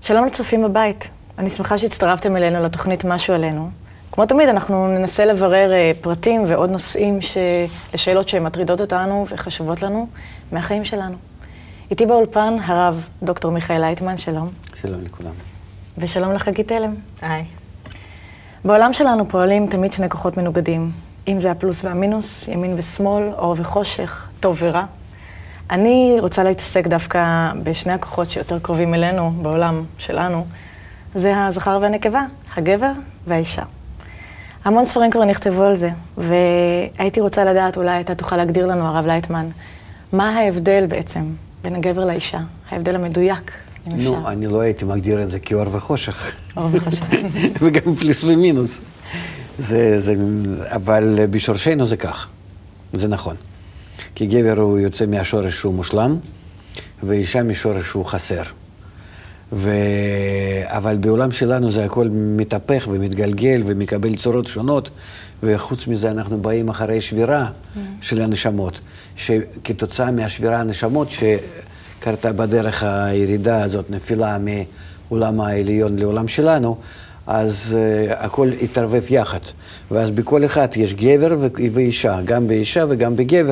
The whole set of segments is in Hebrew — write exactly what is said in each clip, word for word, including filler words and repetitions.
שלום לצופים בבית. אני שמחה שהצטרפתם אלינו לתוכנית משהו עלינו. כמו תמיד, אנחנו ננסה לברר פרטים ועוד נושאים ש... לשאלות שהן מטרידות אותנו וחשובות לנו מהחיים שלנו. איתי באולפן הרב דוקטור מיכאל לייטמן, שלום. שלום לכולם. ושלום לחגית תלם. היי. בעולם שלנו פועלים תמיד שני כוחות מנוגדים. אם זה הפלוס והמינוס, ימין ושמאל, אור וחושך, טוב ורע. אני רוצה להתעסק דווקא בשני הכוחות שיותר קרובים אלינו בעולם שלנו. זה הזכר והנקבה, הגבר והאישה. המון ספרים כבר נכתבו על זה, והייתי רוצה לדעת, אולי אתה תוכל להגדיר לנו, הרב לייטמן, מה ההבדל בעצם בין הגבר לאישה? ההבדל המדויק, אם אפשר. נו, אני לא הייתי מגדיר את זה כאור וחושך. אור וחושך. וגם פלוס ומינוס. זה, זה, אבל בשורשנו זה כך. זה נכון. כי גבר הוא יוצא מהשורש שהוא מושלם, ואישה משורש שהוא חסר. ו... אבל בעולם שלנו זה הכל מתהפך ומתגלגל ומקבל צורות שונות, וחוץ מזה אנחנו באים אחרי שבירה mm. של הנשמות, שכתוצאה מהשבירה הנשמות שקרתה בדרך הירידה הזאת, נפילה מעולם העליון לעולם שלנו, אז uh, הכל התערבב יחד. ואז בכל אחד יש גבר ו- ואישה, גם באישה וגם בגבר,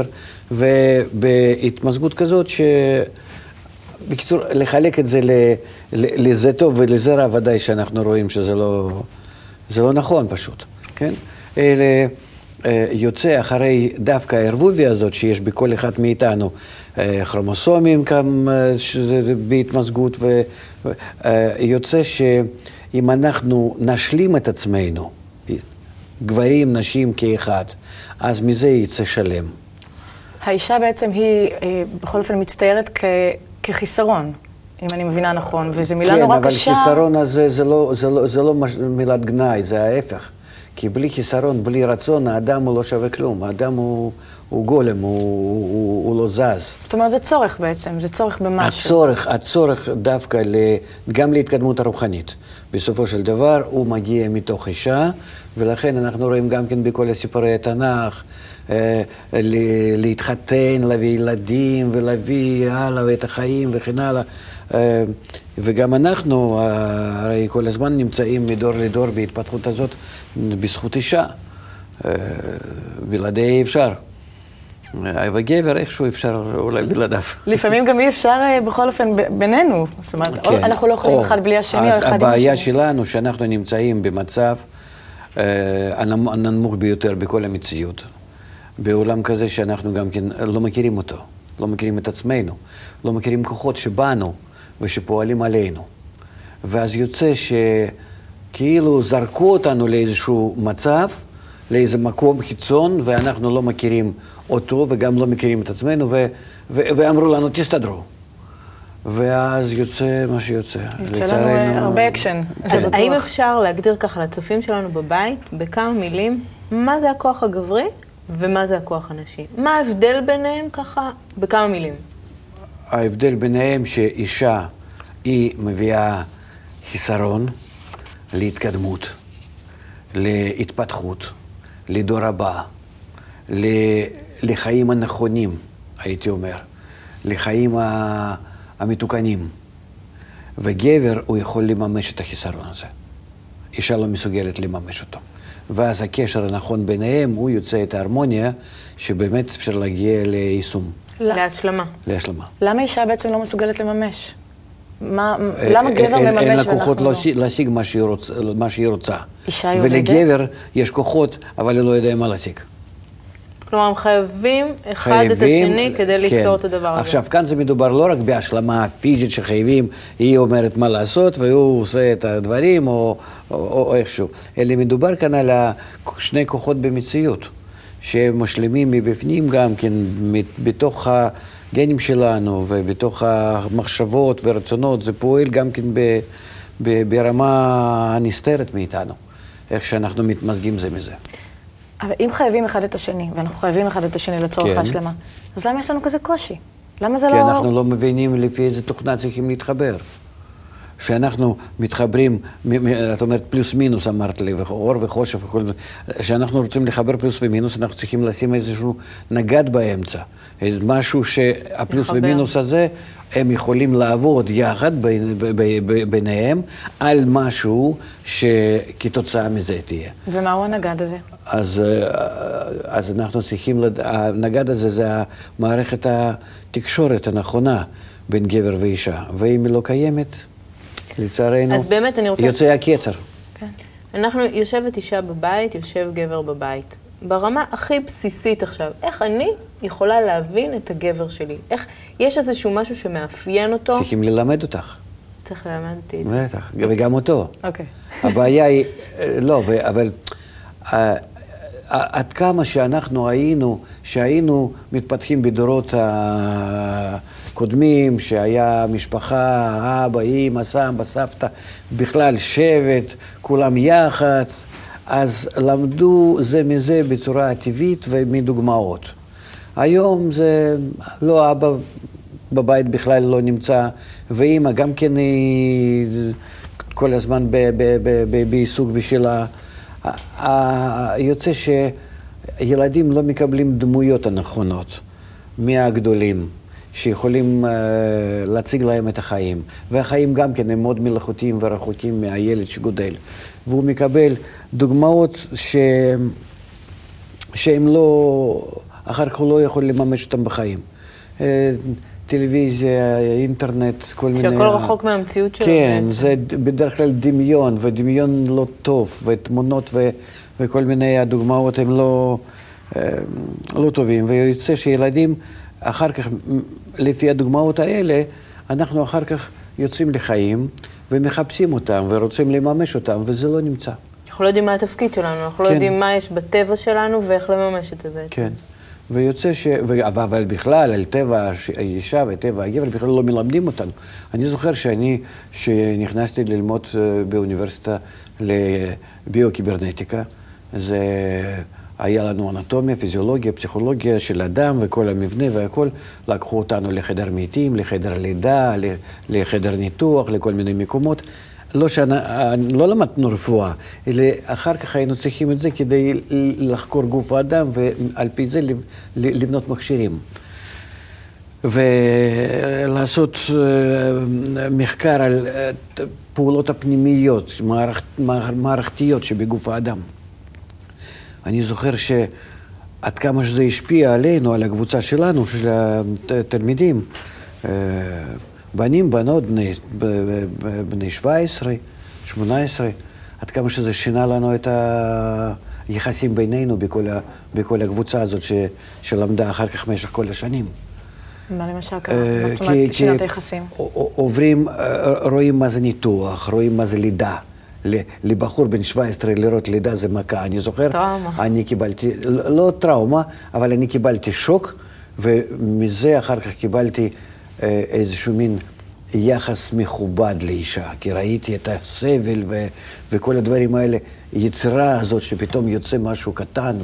ובהתמזגות כזאת ש... בקיצור, לחלק את זה ל, ל, לזה טוב ולזה רע, ודאי שאנחנו רואים שזה לא, זה לא נכון פשוט, כן? אלה יוצא אחרי דווקא הערבוביה הזאת שיש בכל אחד מאיתנו, כרומוסומים כאן שזה בהתמזגות, ויוצא שאם אנחנו נשלים את עצמנו, גברים, נשים כאחד, אז מזה יצא שלם. האישה בעצם היא בכל אופן מצטיירת כ... כחיסרון, אם אני מבינה נכון, וזו מילה כן, נורא קשה. כן, אבל חיסרון הזה זה לא, זה לא, זה לא מש... מילת גנאי, זה ההפך. כי בלי חיסרון, בלי רצון, האדם הוא לא שווה כלום. האדם הוא, הוא גולם, הוא, הוא, הוא לא זז. זאת אומרת, זה צורך בעצם, זה צורך במשהו. הצורך, הצורך דווקא ל... גם להתקדמות הרוחנית. בסופו של דבר הוא מגיע מתוך אישה, ולכן אנחנו רואים גם כן בכל הסיפורי התנ"ך, להתחתן, להביא ילדים ולהביא הלאה ואת החיים וכן הלאה. וגם אנחנו הרי כל הזמן נמצאים מדור לדור בהתפתחות הזאת בזכות אישה. בלעדי אי אפשר. וגבר איכשהו אפשר אולי בלעדיו. לפעמים גם אי אפשר בכל אופן בינינו. זאת אומרת, אנחנו לא יכולים אחד בלי השני או אחד עם השני. אז הבעיה שלנו שאנחנו נמצאים במצב הנמוך ביותר בכל המציאות. בעולם כזה שאנחנו גם כן לא מכירים אותו, לא מכירים את עצמנו, לא מכירים כוחות שבאנו ושפועלים עלינו. ואז יוצא שכאילו זרקו אותנו לאיזשהו מצב, לאיזה מקום חיצון, ואנחנו לא מכירים אותו וגם לא מכירים את עצמנו, ו- ו- ואמרו לנו, תסתדרו. ואז יוצא מה שיוצא. יוצא לנו הרבה אקשן. אז האם אפשר להגדיר ככה לצופים שלנו בבית, בכמה מילים, מה זה הכוח הגברי? ומה זה הכוח הנשי? מה ההבדל ביניהם ככה בכמה מילים? ההבדל ביניהם שאישה היא מביאה חיסרון להתקדמות, להתפתחות, לדור הבא, לחיים הנכונים, הייתי אומר, לחיים המתוקנים. וגבר הוא יכול לממש את החיסרון הזה. אישה לא מסוגלת לממש אותו. ואז הקשר הנכון ביניהם, הוא יוצא את ההרמוניה, שבאמת אפשר להגיע ליישום. להשלמה. להשלמה. למה אישה בעצם לא מסוגלת לממש? מה, למה גבר מממש אין לה ואנחנו כוחות לא? להשיג מה שהיא רוצה. מה שהיא רוצה. אישה יולדת? ולגבר יש כוחות, אבל היא לא יודע מה להשיג. כלומר, הם חייבים אחד את השני כדי ליצור את הדבר הזה. עכשיו, כאן זה מדובר לא רק בהשלמה פיזית שחייבים, היא אומרת מה לעשות, והוא עושה את הדברים, או, או, או איכשהו. אלא מדובר כאן על שני כוחות במציאות, שהם משלימים מבפנים גם כן, בתוך הגנים שלנו, ובתוך המחשבות ורצונות, זה פועל גם כן ב, ב, ברמה הנסתרת מאיתנו, איך שאנחנו מתמזגים זה מזה. אבל אם חייבים אחד את השני, ואנחנו חייבים אחד את השני לצורך כן. ההשלמה, אז למה יש לנו כזה קושי? למה זה כי לא... כי אנחנו לא מבינים לפי איזה תוכנה צריכים להתחבר. שאנחנו מתחברים, את אומרת פלוס מינוס אמרת לי, אור וחושך וכל זה, שאנחנו רוצים לחבר פלוס ומינוס, אנחנו צריכים לשים איזשהו נגד באמצע. משהו שהפלוס לחבר. ומינוס הזה הם יכולים לעבוד יחד בין, ב, ב, ב, ביניהם על משהו שכתוצאה מזה תהיה. ומהו הנגד הזה? אז, אז אנחנו צריכים, לד... הנגד הזה זה מערכת התקשורת הנכונה בין גבר ואישה, ואם היא לא קיימת, לצערנו, אז באמת אני רוצה... יוצא הקצר. כן. אנחנו, יושבת אישה בבית, יושב גבר בבית. ברמה הכי בסיסית עכשיו, איך אני יכולה להבין את הגבר שלי? איך, יש איזשהו משהו שמאפיין אותו? צריכים ללמד אותך. צריך ללמד אותי את זה. בטח, וגם אותו. אוקיי. הבעיה היא, לא, אבל עד כמה שאנחנו היינו, שהיינו מתפתחים בדורות הקודמים, שהיה משפחה, אבא, אמא, סבא, סבתא, בכלל שבט, כולם יחד, אז למדו זה מזה בצורה טבעית ומדוגמאות. היום זה לא, אבא בבית בכלל לא נמצא, ואמא גם כן היא כל הזמן בעיסוק בשלה. יוצא שילדים לא מקבלים דמויות הנכונות מהגדולים, שיכולים להציג להם את החיים. והחיים גם כן הם מאוד מלאכותיים ורחוקים מהילד שגודל. והוא מקבל דוגמאות ש... שהם לא... אחר כך הוא לא יכול לממש אותם בחיים. טלוויזיה, אינטרנט, כל מיני... שהכל רחוק מהמציאות שלו. כן, בעצם. זה בדרך כלל דמיון, ודמיון לא טוב, ותמונות ו... וכל מיני הדוגמאות הם לא, לא טובים. ויוצא שילדים, אחר כך, לפי הדוגמאות האלה, אנחנו אחר כך יוצאים לחיים, ומחפשים אותם, ורוצים לממש אותם, וזה לא נמצא. אנחנו לא יודעים מה התפקיד שלנו, אנחנו כן. לא יודעים מה יש בטבע שלנו, ואיך לממש את זה בעצם. כן. ויוצא ש... אבל בכלל, על טבע האישה וטבע הגבר, בכלל לא מלמדים אותנו. אני זוכר שאני, שנכנסתי ללמוד באוניברסיטה לביוקיברנטיקה, זה היה לנו אנטומיה, פיזיולוגיה, פסיכולוגיה של אדם וכל המבנה והכל. לקחו אותנו לחדר מתים, לחדר לידה, לחדר ניתוח, לכל מיני מקומות. לא, שנה, לא למדנו רפואה, אלא אחר כך היינו צריכים את זה כדי לחקור גוף האדם ועל פי זה לבנות מכשירים. ולעשות מחקר על פעולות הפנימיות, מערכתיות שבגוף האדם. אני זוכר שעד כמה שזה השפיע עלינו, על הקבוצה שלנו, של התלמידים, בנים, בנות, בני, בני שבע עשרה, שמונה עשרה, עד כמה שזה שינה לנו את היחסים בינינו בכל, ה, בכל הקבוצה הזאת ש, שלמדה אחר כך במשך כל השנים. מה למשל קרה? מה זאת אומרת שינת היחסים? עוברים, רואים מה זה ניתוח, רואים מה זה לידה. לבחור בן שבע עשרה לראות לידה זה מכה. אני זוכר, טראומה. אני קיבלתי, לא טראומה, אבל אני קיבלתי שוק, ומזה אחר כך קיבלתי איזשהו מין יחס מכובד לאישה, כי ראיתי את הסבל ו- וכל הדברים האלה, יצירה הזאת שפתאום יוצא משהו קטן,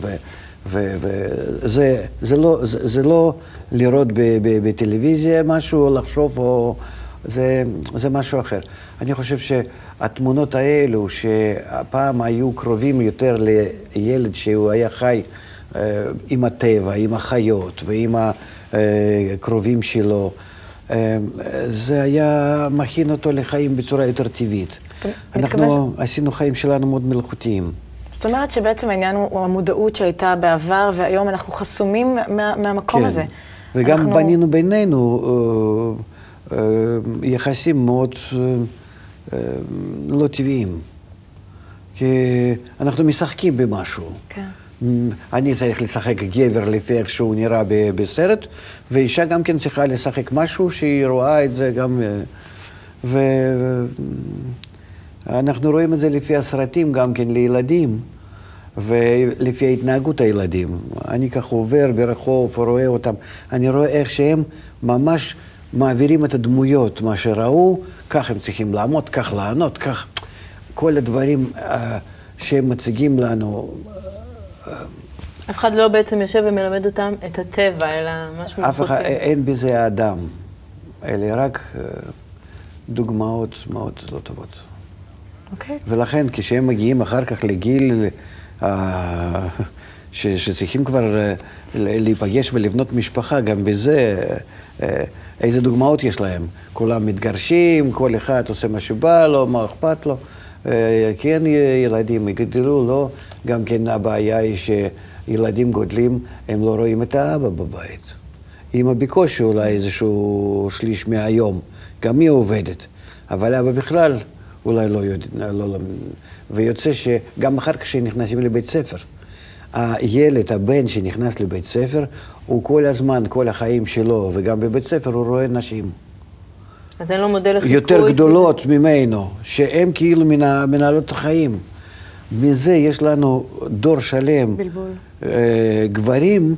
וזה זה לא, זה, זה לא לראות ב- ב- בטלוויזיה משהו, או לחשוב, או זה, זה משהו אחר. אני חושב שהתמונות האלו, שהפעם היו קרובים יותר לילד שהוא היה חי עם הטבע, עם החיות ועם הקרובים שלו, זה היה מכין אותו לחיים בצורה יותר טבעית. אנחנו עשינו חיים שלנו מאוד מלאכותיים. זאת אומרת שבעצם העניין הוא המודעות שהייתה בעבר, והיום אנחנו חסומים מה, מהמקום כן. הזה. וגם אנחנו... בנינו בינינו uh, uh, יחסים מאוד uh, uh, לא טבעיים. כי אנחנו משחקים במשהו. כן. אני צריך לשחק גבר לפי איך שהוא נראה בסרט, ואישה גם כן צריכה לשחק משהו שהיא רואה את זה גם... ואנחנו רואים את זה לפי הסרטים גם כן לילדים, ולפי ההתנהגות הילדים. אני כך עובר ברחוב ורואה אותם, אני רואה איך שהם ממש מעבירים את הדמויות, מה שראו, כך הם צריכים לעמוד, כך לענות, כך... כל הדברים שהם מציגים לנו... אף אחד לא בעצם יושב ומלמד אותם את הטבע, אלא משהו אף אחד, אין בזה האדם, אלה רק דוגמאות מאוד לא טובות. אוקיי. ולכן כשהם מגיעים אחר כך לגיל ש, שצריכים כבר להיפגש ולבנות משפחה, גם בזה, איזה דוגמאות יש להם. כולם מתגרשים, כל אחד עושה מה שבא לו, מה אכפת לו. כן, ילדים יגדלו, לא. גם כן הבעיה היא שילדים גודלים, הם לא רואים את האבא בבית. אמא בקושי אולי איזשהו שליש מהיום, גם היא עובדת. אבל אבא בכלל אולי לא יודע, לא, ויוצא שגם אחר כך שנכנסים לבית ספר, הילד, הבן שנכנס לבית ספר, הוא כל הזמן, כל החיים שלו, וגם בבית ספר הוא רואה נשים. אז אין לו מודל לחיקוי. יותר גדולות ממנו, שהם כאילו מנהלות החיים. מזה יש לנו דור שלם. בלבול. גברים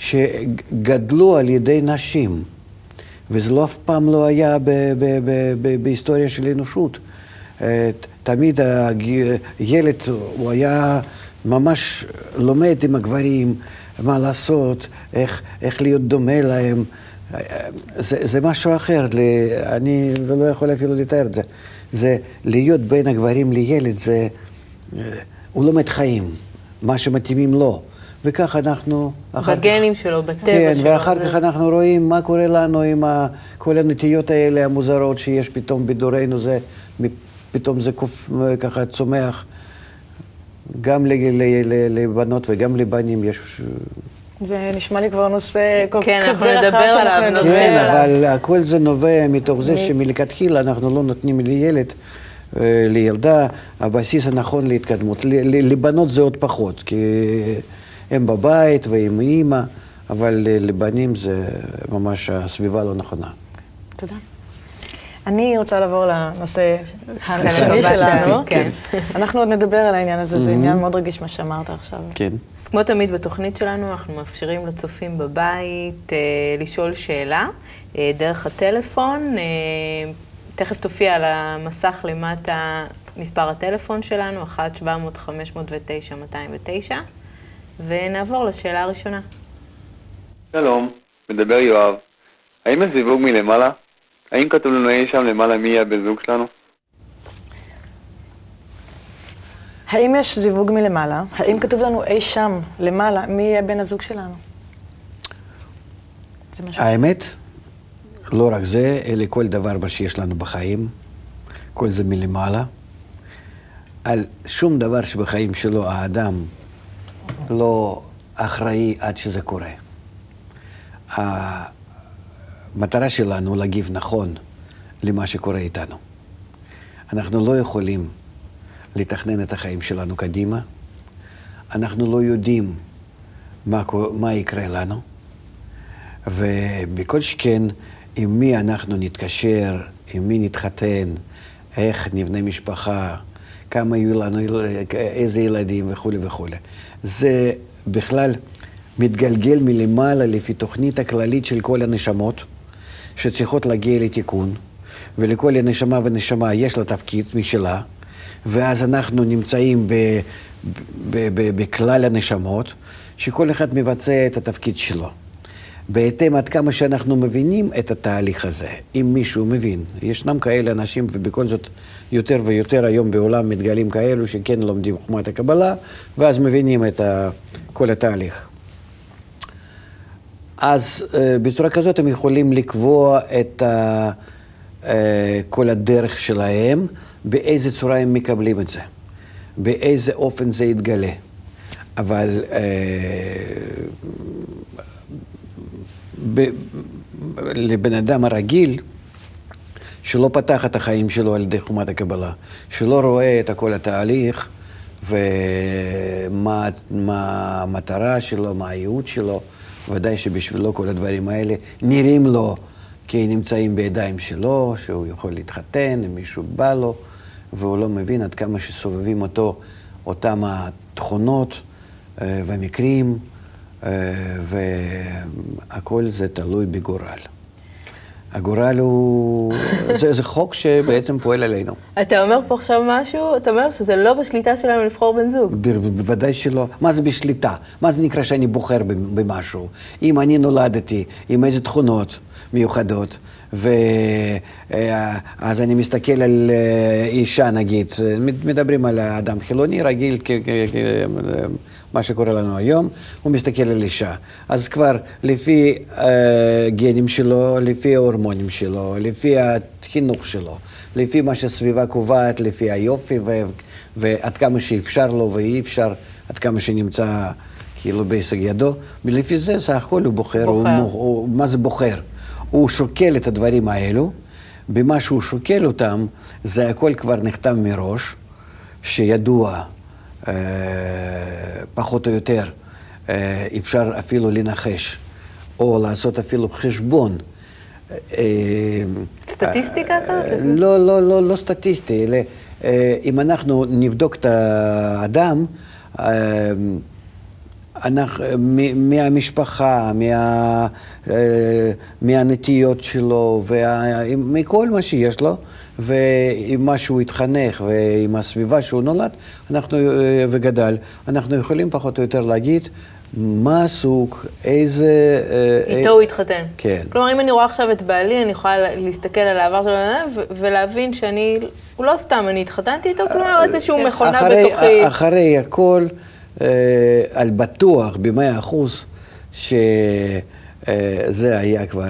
שגדלו על ידי נשים. וזה לא אף פעם לא היה ב- ב- ב- ב- בהיסטוריה של האנושות. תמיד הילד הוא היה ממש לומד עם הגברים, מה לעשות, איך, איך להיות דומה להם. זה, זה משהו אחר, אני לא יכול אפילו לתאר את זה. זה להיות בין הגברים לילד, זה, הוא לומד חיים, מה שמתאימים לו. וכך אנחנו... בגנים שלו, בטבע כן, שלו. כן, ואחר כך אנחנו רואים מה קורה לנו עם כל הנטיות האלה המוזרות שיש פתאום בדורנו, זה, פתאום זה קוף, ככה צומח. גם לבנות וגם לבנים יש... זה נשמע לי כבר נושא כל כן, כזה אנחנו נדבר עליו, נדבר כן, עליו. אבל הכל זה נובע מתוך זה שמלכתחילה אנחנו לא נותנים לילד, לילדה, הבסיס הנכון להתקדמות. לבנות זה עוד פחות, כי הם בבית ועם אימא, אבל לבנים זה ממש הסביבה לא נכונה. תודה. אני רוצה לעבור לנושא השני השני שלנו. כן. אנחנו עוד נדבר על העניין הזה, זה עניין מאוד רגיש מה שאמרת עכשיו. כן. אז כמו תמיד בתוכנית שלנו, אנחנו מאפשרים לצופים בבית אה, לשאול שאלה אה, דרך הטלפון. אה, תכף תופיע על המסך למטה מספר הטלפון שלנו, אחת שבע מאות חמש מאות ותשע מאתיים ותשע, ונעבור לשאלה הראשונה. שלום, מדבר יואב. האם הזיווג מלמעלה? האם כתוב לנו אי שם למעלה מי יהיה בן זוג שלנו? האם יש זיווג מלמעלה? האם כתוב לנו אי שם למעלה מי יהיה בן הזוג שלנו? זה משהו. האמת, לא רק זה, אלא כל דבר מה שיש לנו בחיים, כל זה מלמעלה. על שום דבר שבחיים שלו האדם לא אחראי עד שזה קורה. המטרה שלנו להגיב נכון למה שקורה איתנו. אנחנו לא יכולים לתכנן את החיים שלנו קדימה. אנחנו לא יודעים מה, מה יקרה לנו. ובכל שכן, עם מי אנחנו נתקשר, עם מי נתחתן, איך נבנה משפחה, כמה יהיו לנו, איזה ילדים וכו' וכו'. זה בכלל מתגלגל מלמעלה לפי תוכנית הכללית של כל הנשמות, שצריכות להגיע לתיקון, ולכל הנשמה ונשמה יש לה תפקיד משלה, ואז אנחנו נמצאים ב, ב, ב, ב, בכלל הנשמות, שכל אחד מבצע את התפקיד שלו. בהתאם עד כמה שאנחנו מבינים את התהליך הזה, אם מישהו מבין. ישנם כאלה אנשים, ובכל זאת יותר ויותר היום בעולם מתגלים כאלו שכן לומדים חוכמת הקבלה, ואז מבינים את כל התהליך. אז בצורה כזאת הם יכולים לקבוע את כל הדרך שלהם, באיזה צורה הם מקבלים את זה, באיזה אופן זה יתגלה. אבל ב, לבן אדם הרגיל, שלא פתח את החיים שלו על ידי חוכמת הקבלה, שלא רואה את כל התהליך, ומה מה המטרה שלו, מה הייעוד שלו, ודאי שבשבילו כל הדברים האלה נראים לו כי נמצאים בידיים שלו, שהוא יכול להתחתן עם מישהו בא לו, והוא לא מבין עד כמה שסובבים אותו אותם התכונות והמקרים, והכל זה תלוי בגורל. הגורל הוא... זה, זה חוק שבעצם פועל עלינו. אתה אומר פה עכשיו משהו, אתה אומר שזה לא בשליטה שלנו לבחור בן זוג. ב- בוודאי שלא. מה זה בשליטה? מה זה נקרא שאני בוחר במשהו? אם אני נולדתי עם איזה תכונות מיוחדות, ואז אני מסתכל על אישה, נגיד, מדברים על האדם חילוני רגיל, מה שקורה לנו היום, הוא מסתכל על אישה. אז כבר לפי הגנים שלו, לפי ההורמונים שלו, לפי החינוך שלו, לפי מה שהסביבה קובעת, לפי היופי ו- ועד כמה שאפשר לו ואי אפשר, עד כמה שנמצא כאילו בהישג ידו, ולפי זה סך הכל הוא בוחר, בוחר. הוא, הוא, מה זה בוחר? הוא שוקל את הדברים האלו, במה שהוא שוקל אותם, זה הכל כבר נכתב מראש, שידוע אה, פחות או יותר, אה, אפשר אפילו לנחש, או לעשות אפילו חשבון. אה, סטטיסטיקה כזאת? אה, לא, לא, לא, לא סטטיסטי, אלא אה, אם אנחנו נבדוק את האדם, אה, אנחנו, מהמשפחה, מה, מהנטיות שלו, ומכל מה שיש לו, ועם מה שהוא התחנך, ועם הסביבה שהוא נולד, אנחנו, וגדל, אנחנו יכולים פחות או יותר להגיד מה הסוג, איזה... איתו הוא התחתן. כן. כלומר, אם אני רואה עכשיו את בעלי, אני יכולה להסתכל על העבר שלו ולהבין שאני, הוא לא סתם, אני התחתן איתו, כלומר, איזשהו מכונה בתוכי. אחרי הכל, על בטוח במאה אחוז שזה היה כבר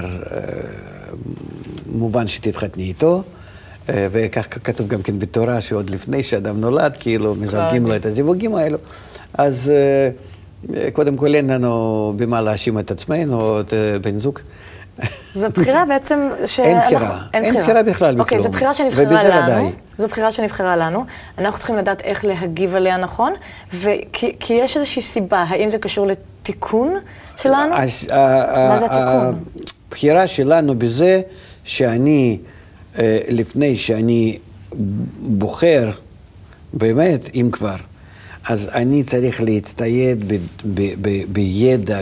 מובן שתתחתני איתו, וכך כתוב גם כן בתורה שעוד לפני שאדם נולד, כאילו מזווגים לו את הזיווגים האלו, אז קודם כל אין לנו במה להאשים את עצמנו או את בן זוג. זו בחירה בעצם אין בחירה, אין בחירה בכלל בכלום. אוקיי, זו בחירה שנבחרה לנו. זו בחירה שנבחרה לנו. אנחנו צריכים לדעת איך להגיב עליה נכון, כי יש איזושהי סיבה. האם זה קשור לתיקון שלנו? מה זה התיקון? הבחירה שלנו בזה שאני, לפני שאני בוחר, באמת, אם כבר, אז אני צריך להצטייד בידע,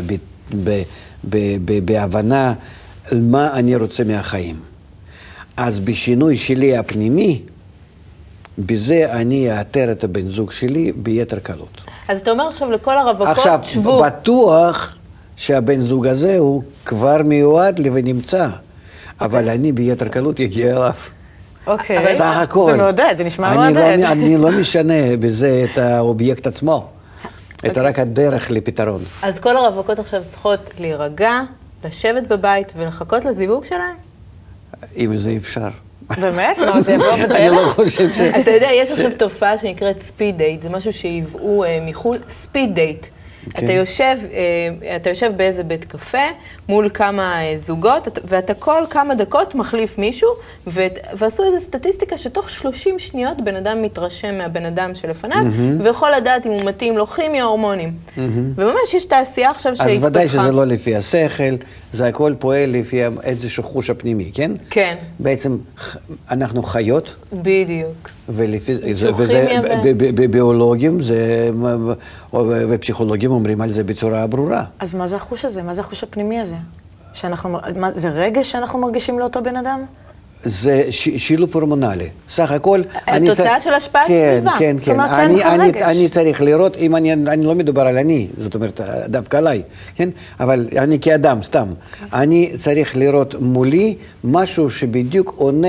בהבנה, מה אני רוצה מהחיים. אז בשינוי שלי הפנימי, בזה אני אאתר את הבן זוג שלי ביתר קלות. אז אתה אומר עכשיו לכל הרווקות, עכשיו, שבו. עכשיו, בטוח שהבן זוג הזה הוא כבר מיועד לי ונמצא, אבל אני ביתר קלות יגיע אליו. אוקיי. סך הכל. זה מעודד, זה נשמע אני מעודד. לא, אני לא משנה בזה את האובייקט עצמו, את רק הדרך לפתרון. אז כל הרווקות עכשיו צריכות להירגע, לשבת בבית ולחכות לזיווג שלהם? אם זה אפשר. באמת? לא, זה יבוא בדרך? אני לא חושב ש... אתה יודע, יש עכשיו תופעה שנקראת ספיד דייט, זה משהו שהיוו מחול, ספיד דייט. אתה יושב, אתה יושב באיזה בית קפה מול כמה זוגות, ואתה כל כמה דקות מחליף מישהו, ועשו איזו סטטיסטיקה שתוך שלושים שניות בן אדם מתרשם מהבן אדם שלפניו, ויכול לדעת אם הוא מתאים לו כימיה או הורמונים. וממש יש תעשייה עכשיו שהתפתחה. אז ודאי שזה לא לפי השכל, זה הכל פועל לפי איזשהו חוש הפנימי, כן? כן. בעצם אנחנו חיות. בדיוק. וזה ביולוגים ופסיכולוגים אומרים על זה בצורה ברורה. אז מה זה החוש הזה? מה זה החוש הפנימי הזה? זה רגש שאנחנו מרגישים לאותו בן אדם? זה שילוב הורמונלי. סך הכל... התוצאה של השפעת סביבה. כן, כן, כן. אני צריך לראות, אם אני לא מדבר על אני, זאת אומרת, דווקא עליי, כן? אבל אני כאדם, סתם. אני צריך לראות מולי משהו שבדיוק עונה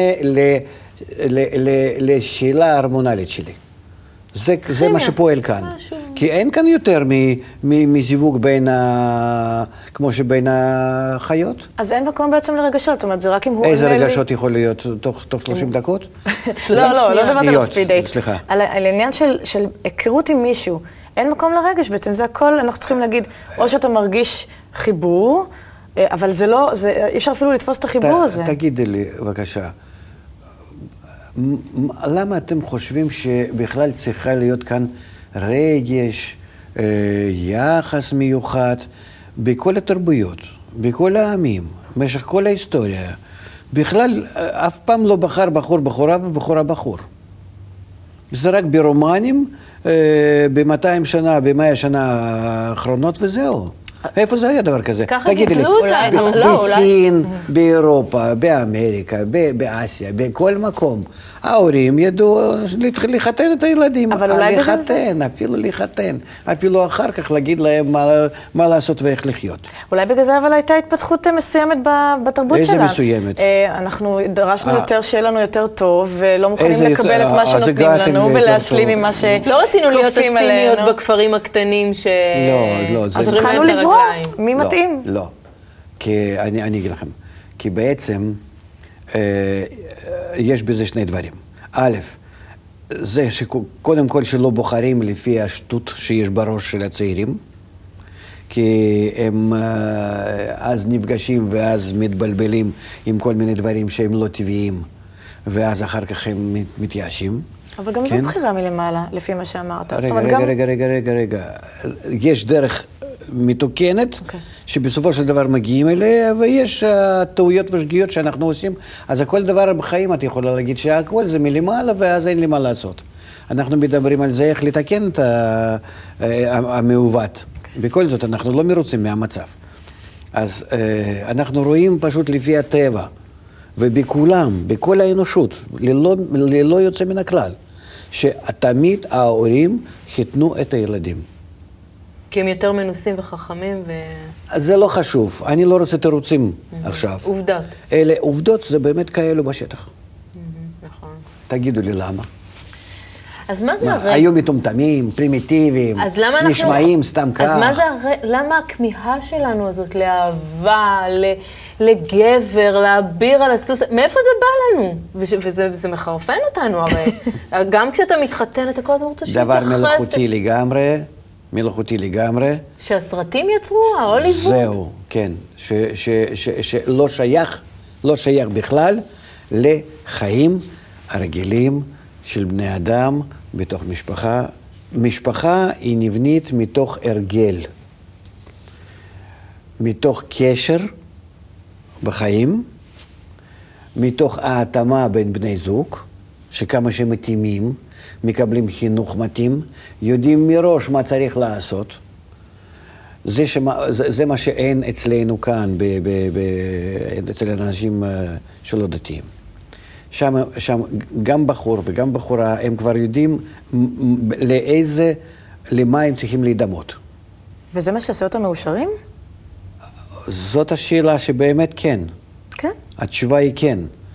לשאלה ההורמונלית שלי. זה, זה מה שפועל כאן. משהו. כי אין כאן יותר מזיווג בין ה... כמו שבין החיות. אז אין מקום בעצם לרגשות, זאת אומרת, זה רק אם הוא... איזה רגשות יכול להיות? תוך, תוך שלושים דקות? לא, לא, לא דבר על הספיד דייט. סליחה. על, על העניין של, של היכרות עם מישהו, אין מקום לרגש בעצם, זה הכל, אנחנו צריכים להגיד, או שאתה מרגיש חיבור, אבל זה לא, זה, אי אפשר אפילו לתפוס את החיבור ת, הזה. תגידי לי, בבקשה. למה אתם חושבים שבכלל צריכה להיות כאן רגש, יחס מיוחד, בכל התרבויות, בכל העמים, במשך כל ההיסטוריה? בכלל, אף פעם לא בחר בחור בחורה ובחורה בחור. זה רק ברומנים, ב-מאתיים שנה, ב-מאה שנה האחרונות וזהו. איפה זה היה דבר כזה? ככה גידלו אותה. בסין, באירופה, באמריקה, באסיה, בכל מקום. ההורים ידעו לחתן את הילדים. אבל אולי בגלל זה... לחתן, אפילו לחתן. אפילו אחר כך להגיד להם מה, מה לעשות ואיך לחיות. אולי בגלל זה אבל הייתה התפתחות מסוימת בתרבות איזה שלה. איזה מסוימת? אנחנו דרשנו יותר שיהיה לנו יותר טוב, ולא מוכנים לקבל את מה שנותנים לנו, ולהשלים עם מה שכופים עלינו. לא רצינו להיות הסיניות בכפרים הקטנים ש... לא, לא. אז התחלנו לברוא, מי מתאים? לא, כי אני, אני אגיד לכם, כי בעצם אה, יש בזה שני דברים. א', זה שקודם כל שלא בוחרים לפי השטות שיש בראש של הצעירים, כי הם אז נפגשים ואז מתבלבלים עם כל מיני דברים שהם לא טבעיים, ואז אחר כך הם מתייאשים. אבל גם כן? זו בחירה מלמעלה, לפי מה שאמרת. רגע, רגע, גם... רגע, רגע, רגע, רגע. יש דרך מתוקנת, okay. שבסופו של דבר מגיעים אליה, ויש uh, טעויות ושגיאות שאנחנו עושים. אז הכל דבר בחיים, את יכולה להגיד שהכל זה מלמעלה, ואז אין לי מה לעשות. אנחנו מדברים על זה, איך לתקן את המעוות. Okay. בכל זאת, אנחנו לא מרוצים מהמצב. אז uh, אנחנו רואים פשוט לפי הטבע, ובכולם, בכל האנושות, ללא, ללא יוצא מן הכלל, שתמיד ההורים חיתנו את הילדים. כי הם יותר מנוסים וחכמים ו... זה לא חשוב, אני לא רוצה תירוצים mm-hmm. עכשיו. עובדות. אלה עובדות, זה באמת כאלו בשטח. Mm-hmm, נכון. תגידו לי למה. אז מה זה מה, הרי... היו מטומטמים, פרימיטיביים, נשמעים אנחנו... סתם כך. אז מה זה הרי... למה הכמיהה שלנו הזאת לאהבה, ל... לגבר, להביר על הסוס, מאיפה זה בא לנו? וש... וזה זה מחרפן אותנו הרי. גם כשאתה מתחתן, אתה כל הזמן רוצה שיתייחס... דבר מלאכותי לגמרי, מלאכותי לגמרי. שהסרטים יצרו, ההוליווד? זהו, כן. ש... ש... ש... ש... שלא שייך, לא שייך בכלל לחיים הרגילים של בני אדם בתוך משפחה. משפחה היא נבנית מתוך הרגל, מתוך קשר בחיים, מתוך ההתאמה בין בני זוג, שכמה שמתאימים, מקבלים חינוך מתאים, יודעים מראש מה צריך לעשות. זה, שמה, זה, זה מה שאין אצלנו כאן, ב, ב, ב, אצל אנשים שלא דתיים. שם, שם גם בחור וגם בחורה, הם כבר יודעים לאיזה, למה הם צריכים להידמות. וזה מה שעושה אותם מאושרים? זאת השאלה שבאמת כן. כן? התשובה היא כן.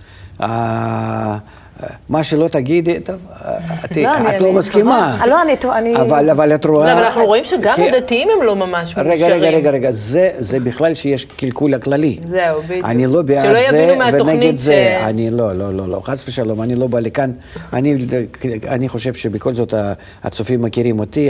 מה שלא תגידי, את לא מסכימה. לא, אני... אבל את רואה... אבל אנחנו רואים שגם הדתיים הם לא ממש מאושרים. רגע, רגע, רגע, רגע, זה בכלל שיש קלקול הכללי. זהו, בדיוק. אני לא בעד זה ונגד זה. אני לא, לא, לא, לא, חס ושלום, אני לא בא לכאן. אני חושב שבכל זאת הצופים מכירים אותי,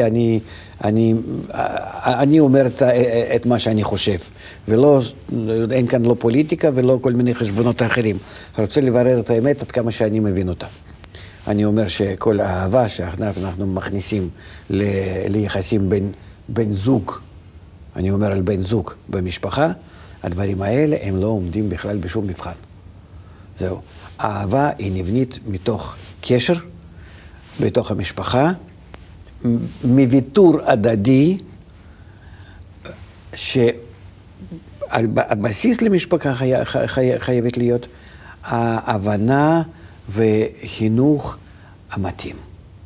אני אומר את מה שאני חושב. ולא, אין כאן לא פוליטיקה ולא כל מיני חשבונות אחרים. אני רוצה לברר את האמת עד כמה שאני מבין אותה. אני אומר שכל האהבה שאנחנו מכניסים ל- ליחסים בין, בין זוג, אני אומר על בן זוג במשפחה, הדברים האלה הם לא עומדים בכלל בשום מבחן. זהו. האהבה היא נבנית מתוך קשר, בתוך המשפחה, מוויתור הדדי, שהבסיס למשפחה חי, חי, חייבת להיות ההבנה וחינוך המתאים.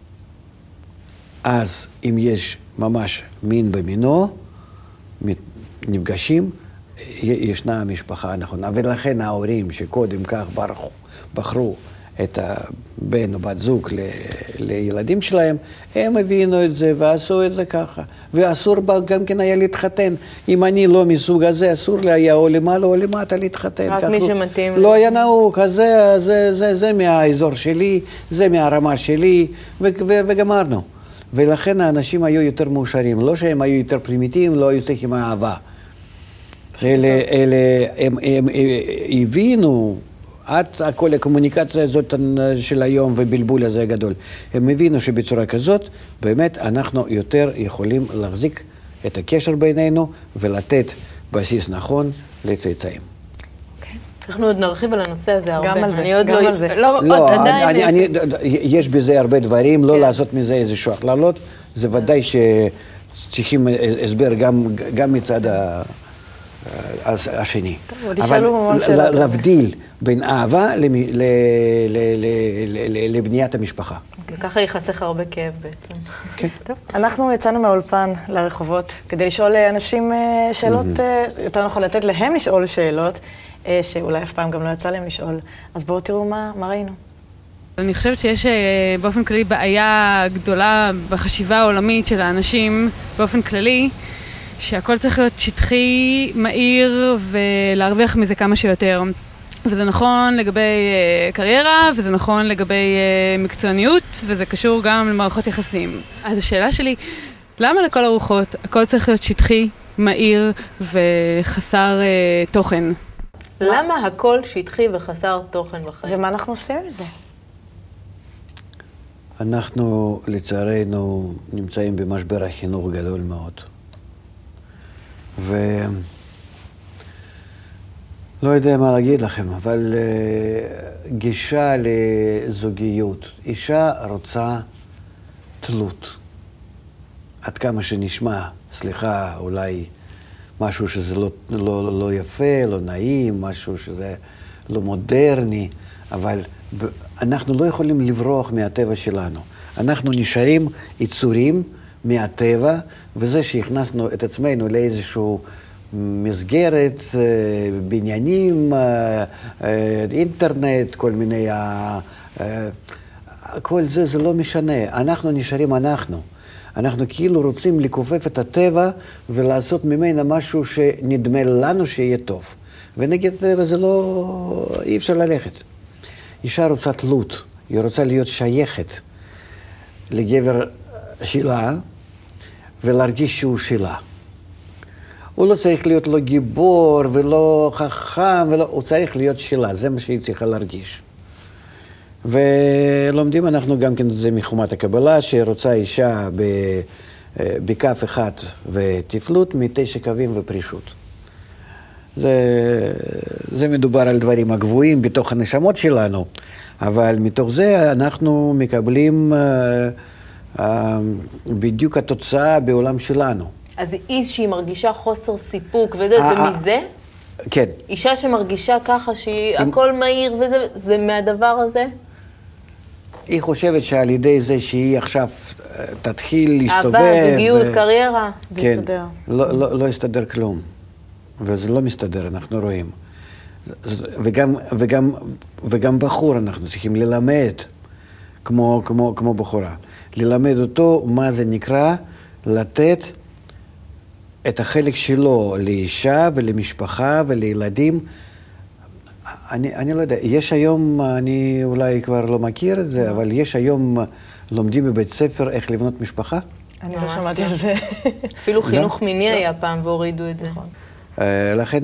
אז אם יש ממש מין במינו, נפגשים, ישנה המשפחה הנכונה. ולכן ההורים שקודם כך בחרו, בחרו את הבן או בת זוג ל, לילדים שלהם, הם הבינו את זה ועשו את זה ככה. ואסור גם כן היה להתחתן. אם אני לא מסוג הזה, אסור לי היה או למעלה או למטה להתחתן. רק מי שמתאים. לא היה נהוג, אז זה, זה, זה, זה מהאזור שלי, זה מהרמה שלי, ו, ו, וגמרנו. ולכן האנשים היו יותר מאושרים. לא שהם היו יותר פרימיטיביים, לא היו צריכים אהבה. אלה, אלה, הם, הם, הם הבינו... עד כל הקומוניקציה הזאת של היום ובלבול הזה הגדול. הם הבינו שבצורה כזאת, באמת אנחנו יותר יכולים להחזיק את הקשר בינינו ולתת בסיס נכון לצאצאים. אנחנו עוד נרחיב על הנושא הזה הרבה. גם על זה, גם על זה. לא, יש בזה הרבה דברים, לא לעשות מזה איזשהו הכללות. זה ודאי שצריכים הסבר גם מצד השני. עוד אבל ישאלו המון שאלות. להבדיל בין אהבה למ- ל- ל- ל- ל- לבניית המשפחה. וככה ייחסך הרבה כאב בעצם. כן. טוב, אנחנו יצאנו מהאולפן לרחובות כדי לשאול אנשים אה, שאלות, אה, יותר נכון לתת להם לשאול שאלות, אה, שאולי אף פעם גם לא יצא להם לשאול. אז בואו תראו מה, מה ראינו. אני חושבת שיש אה, באופן כללי בעיה גדולה בחשיבה העולמית של האנשים באופן כללי, שהכל צריך להיות שטחי, מהיר ולהרוויח מזה כמה שיותר. וזה נכון לגבי uh, קריירה, וזה נכון לגבי uh, מקצועניות, וזה קשור גם למערכות יחסים. אז השאלה שלי, למה לכל הרוחות הכל צריך להיות שטחי, מהיר וחסר uh, תוכן? למה הכל שטחי וחסר תוכן בחיים? ומה אנחנו עושים עם זה? אנחנו, לצערנו, נמצאים במשבר החינוך גדול מאוד. ו... לא יודע מה להגיד לכם, אבל uh, גישה לזוגיות. אישה רוצה תלות. עד כמה שנשמע, סליחה, אולי משהו שזה לא, לא, לא יפה, לא נעים, משהו שזה לא מודרני, אבל ב- אנחנו לא יכולים לברוח מהטבע שלנו. אנחנו נשארים יצורים מהטבע, וזה שהכנסנו את עצמנו לאיזשהו מסגרת, בניינים, אינטרנט, כל מיני... כל זה, זה לא משנה. אנחנו נשארים אנחנו. אנחנו כאילו רוצים לכופף את הטבע ולעשות ממנה משהו שנדמה לנו שיהיה טוב. ונגד הטבע זה לא... אי אפשר ללכת. אישה רוצה תלות, היא רוצה להיות שייכת לגבר שלה ולהרגיש שהוא שלה. הוא לא צריך להיות לא גיבור ולא חכם, ולא, הוא צריך להיות שלה, זה מה שהיא צריכה להרגיש. ולומדים אנחנו גם כן זה מחומת הקבלה, שרוצה אישה בכף אחד ותפלות, מתשע קווים ופרישות. זה, זה מדובר על דברים הגבוהים בתוך הנשמות שלנו, אבל מתוך זה אנחנו מקבלים uh, uh, בדיוק התוצאה בעולם שלנו. אז איש שהיא מרגישה חוסר סיפוק וזה, זה מזה? כן. אישה שמרגישה ככה שהיא הכל מהיר וזה, זה מהדבר הזה? היא חושבת שעל ידי זה שהיא עכשיו תתחיל להסתובב... אהבה, זוגיות, קריירה. זה כן, יסתדר. לא, לא, לא יסתדר כלום. וזה לא מסתדר, אנחנו רואים. וגם, וגם, וגם בחור אנחנו צריכים ללמד, כמו, כמו, כמו בחורה. ללמד אותו מה זה נקרא לתת את החלק שלו לאישה ולמשפחה ולילדים. אני, אני לא יודע, יש היום, אני אולי כבר לא מכיר את זה, אבל יש היום לומדים בבית ספר איך לבנות משפחה? אני לא שמעתי על זה. אפילו חינוך מיני היה פעם והורידו את זה. לכן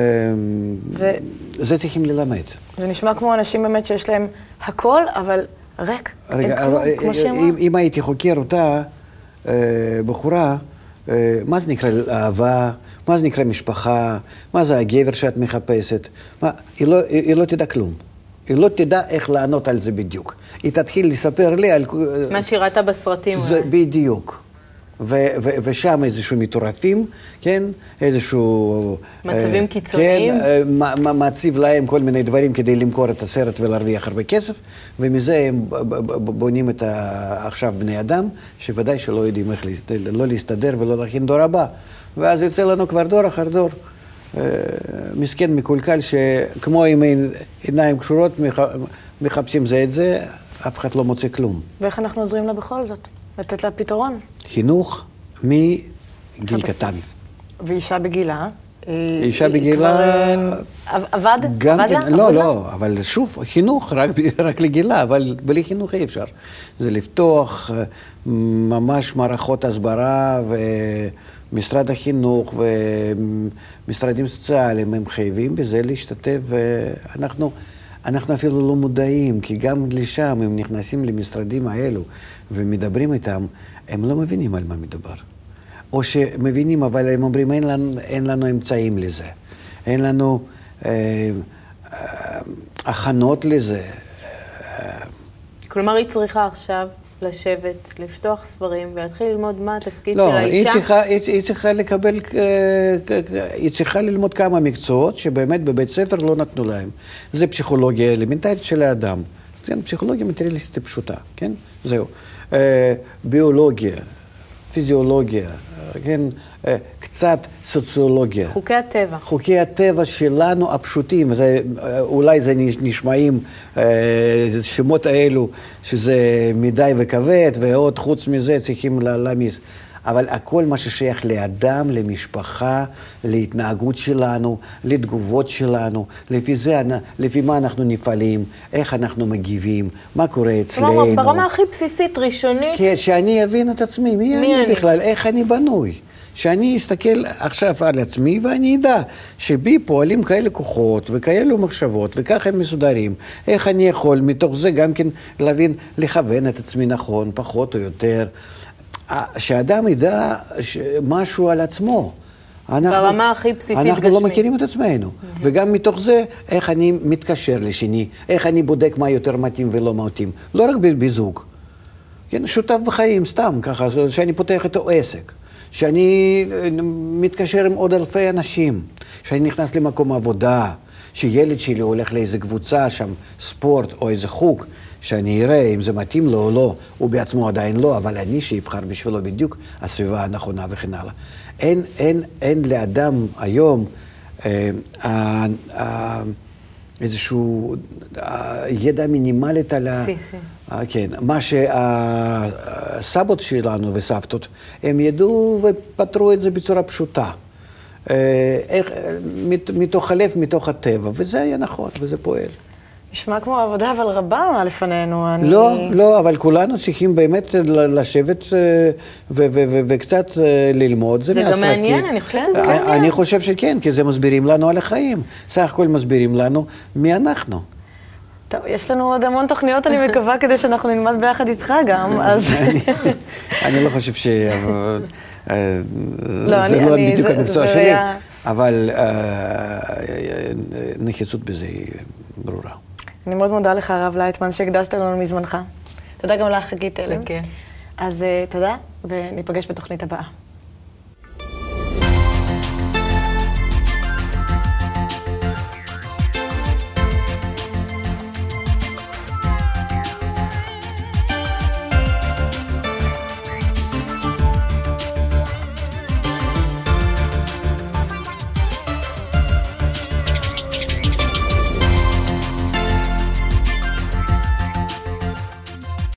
זה- זה צריכים ללמד. זה נשמע כמו אנשים באמת שיש להם הכל, אבל ריק. אין רגע, כלום, אבל, כמו שהיא אמרה. אם, אם הייתי חוקר אותה, אה, בחורה, אה, מה זה נקרא אהבה? מה זה נקרא משפחה? מה זה הגבר שאת מחפשת? מה, היא, לא, היא, היא לא תדע כלום. היא לא תדע איך לענות על זה בדיוק. היא תתחיל לספר לי על... מה שהיא ראתה בסרטים. זה אולי. בדיוק. ו- ו- ושם איזשהו מטורפים, כן? איזשהו... מצבים אה, קיצוניים. כן, אה, מ- מ- מציב להם כל מיני דברים כדי למכור את הסרט ולהרוויח הרבה כסף, ומזה הם ב- ב- ב- בונים את ה- עכשיו בני אדם, שוודאי שלא יודעים איך להסתדר, לא להסתדר ולא להכין דור הבא. ואז יוצא לנו כבר דור אחר דור. אה, מסכן מקולקל שכמו עם עיניים קשורות מח- מחפשים זה את זה, אף אחד לא מוצא כלום. ואיך אנחנו עוזרים לה בכל זאת? לתת לה פתרון. חינוך מגיל הבסיס. קטן. ואישה בגילה. היא- אישה היא בגילה... כבר, אה, עב- עבד? גם עבד כן, לה? לא, עבד לה? לא, אבל שוב, חינוך רק, ב- רק לגילה, אבל בלי חינוך אי אפשר. זה לפתוח אה, ממש מערכות הסברה, ומשרד החינוך ומשרדים סוציאליים, הם חייבים בזה להשתתף, ואנחנו אנחנו אפילו לא מודעים, כי גם לשם, הם נכנסים למשרדים האלו ומדברים איתם, הם לא מבינים על מה מדובר. או שמבינים, אבל הם אומרים, אין לנו, אין לנו אמצעים לזה. אין לנו אה, אה, הכנות לזה. כלומר, היא צריכה עכשיו לשבת, לפתוח ספרים ולהתחיל ללמוד מה התפקיד לא, של האישה? היא צריכה, היא, היא צריכה לקבל, היא צריכה ללמוד כמה מקצועות שבאמת בבית ספר לא נתנו להם. זה פסיכולוגיה אלמנטרית של האדם. כן, פסיכולוגיה מטריאליסטית פשוטה, כן? זהו. ביולוגיה, פיזיולוגיה, כן? קצת סוציולוגיה. חוקי הטבע. חוקי הטבע שלנו הפשוטים, זה, אולי זה נשמעים שמות האלו, שזה מדי וכבד, ועוד חוץ מזה צריכים להמיס. אבל הכל מה ששייך לאדם, למשפחה, להתנהגות שלנו, לתגובות שלנו, לפי זה, לפי מה אנחנו נפעלים, איך אנחנו מגיבים, מה קורה אצלנו. כלומר, ברמה הכי בסיסית, ראשונית. כן, שאני אבין את עצמי, מי, מי אני, אני בכלל, איך אני בנוי. שאני אסתכל עכשיו על עצמי ואני אדע שבי פועלים כאלה כוחות וכאלו מחשבות וכך הם מסודרים. איך אני יכול מתוך זה גם כן להבין, לכוון את עצמי נכון, פחות או יותר. שאדם ידע משהו על עצמו. אנחנו, ברמה הכי בסיסית אנחנו גשמית. לא מכירים את עצמנו. Mm-hmm. וגם מתוך זה, איך אני מתקשר לשני, איך אני בודק מה יותר מתאים ולא מתאים. לא רק בזוג. כן, שותף בחיים, סתם ככה, שאני פותח את העסק. שאני מתקשר עם עוד אלפי אנשים. שאני נכנס למקום עבודה. שילד שלי הולך לאיזה קבוצה שם, ספורט או איזה חוג. שאני אראה אם זה מתאים לו או לא, הוא בעצמו עדיין לא, אבל אני שיבחר בשבילו בדיוק הסביבה הנכונה וכן הלאה. אין, אין, אין לאדם היום אה, אה, אה, איזשהו אה, ידע מינימלית על ה... סיסי. אה, כן, מה שהסבות שלנו וסבתות, הם ידעו ופתרו את זה בצורה פשוטה. אה, איך, מתוך הלב, מתוך הטבע, וזה היה נכון, וזה פועל. נשמע כמו עבודה, אבל רבה לפנינו. אני... לא, לא, אבל כולנו צריכים באמת לשבת וקצת ללמוד. זה גם מעניין, אני חושבת שזה מעניין. אני חושב שכן, כי זה מסבירים לנו על החיים. סך הכל מסבירים לנו מי אנחנו. טוב, יש לנו עוד המון תוכניות, אני מקווה, כדי שאנחנו נלמד ביחד איתך גם, אז... אני לא חושב ש... זה לא בדיוק המקצוע שלי, אבל נחיצות בזה היא ברורה. אני מאוד מודה לך, הרב לייטמן, שהקדשת לנו מזמנך. תודה גם לך, חגית אלם. אז תודה, וניפגש בתוכנית הבאה.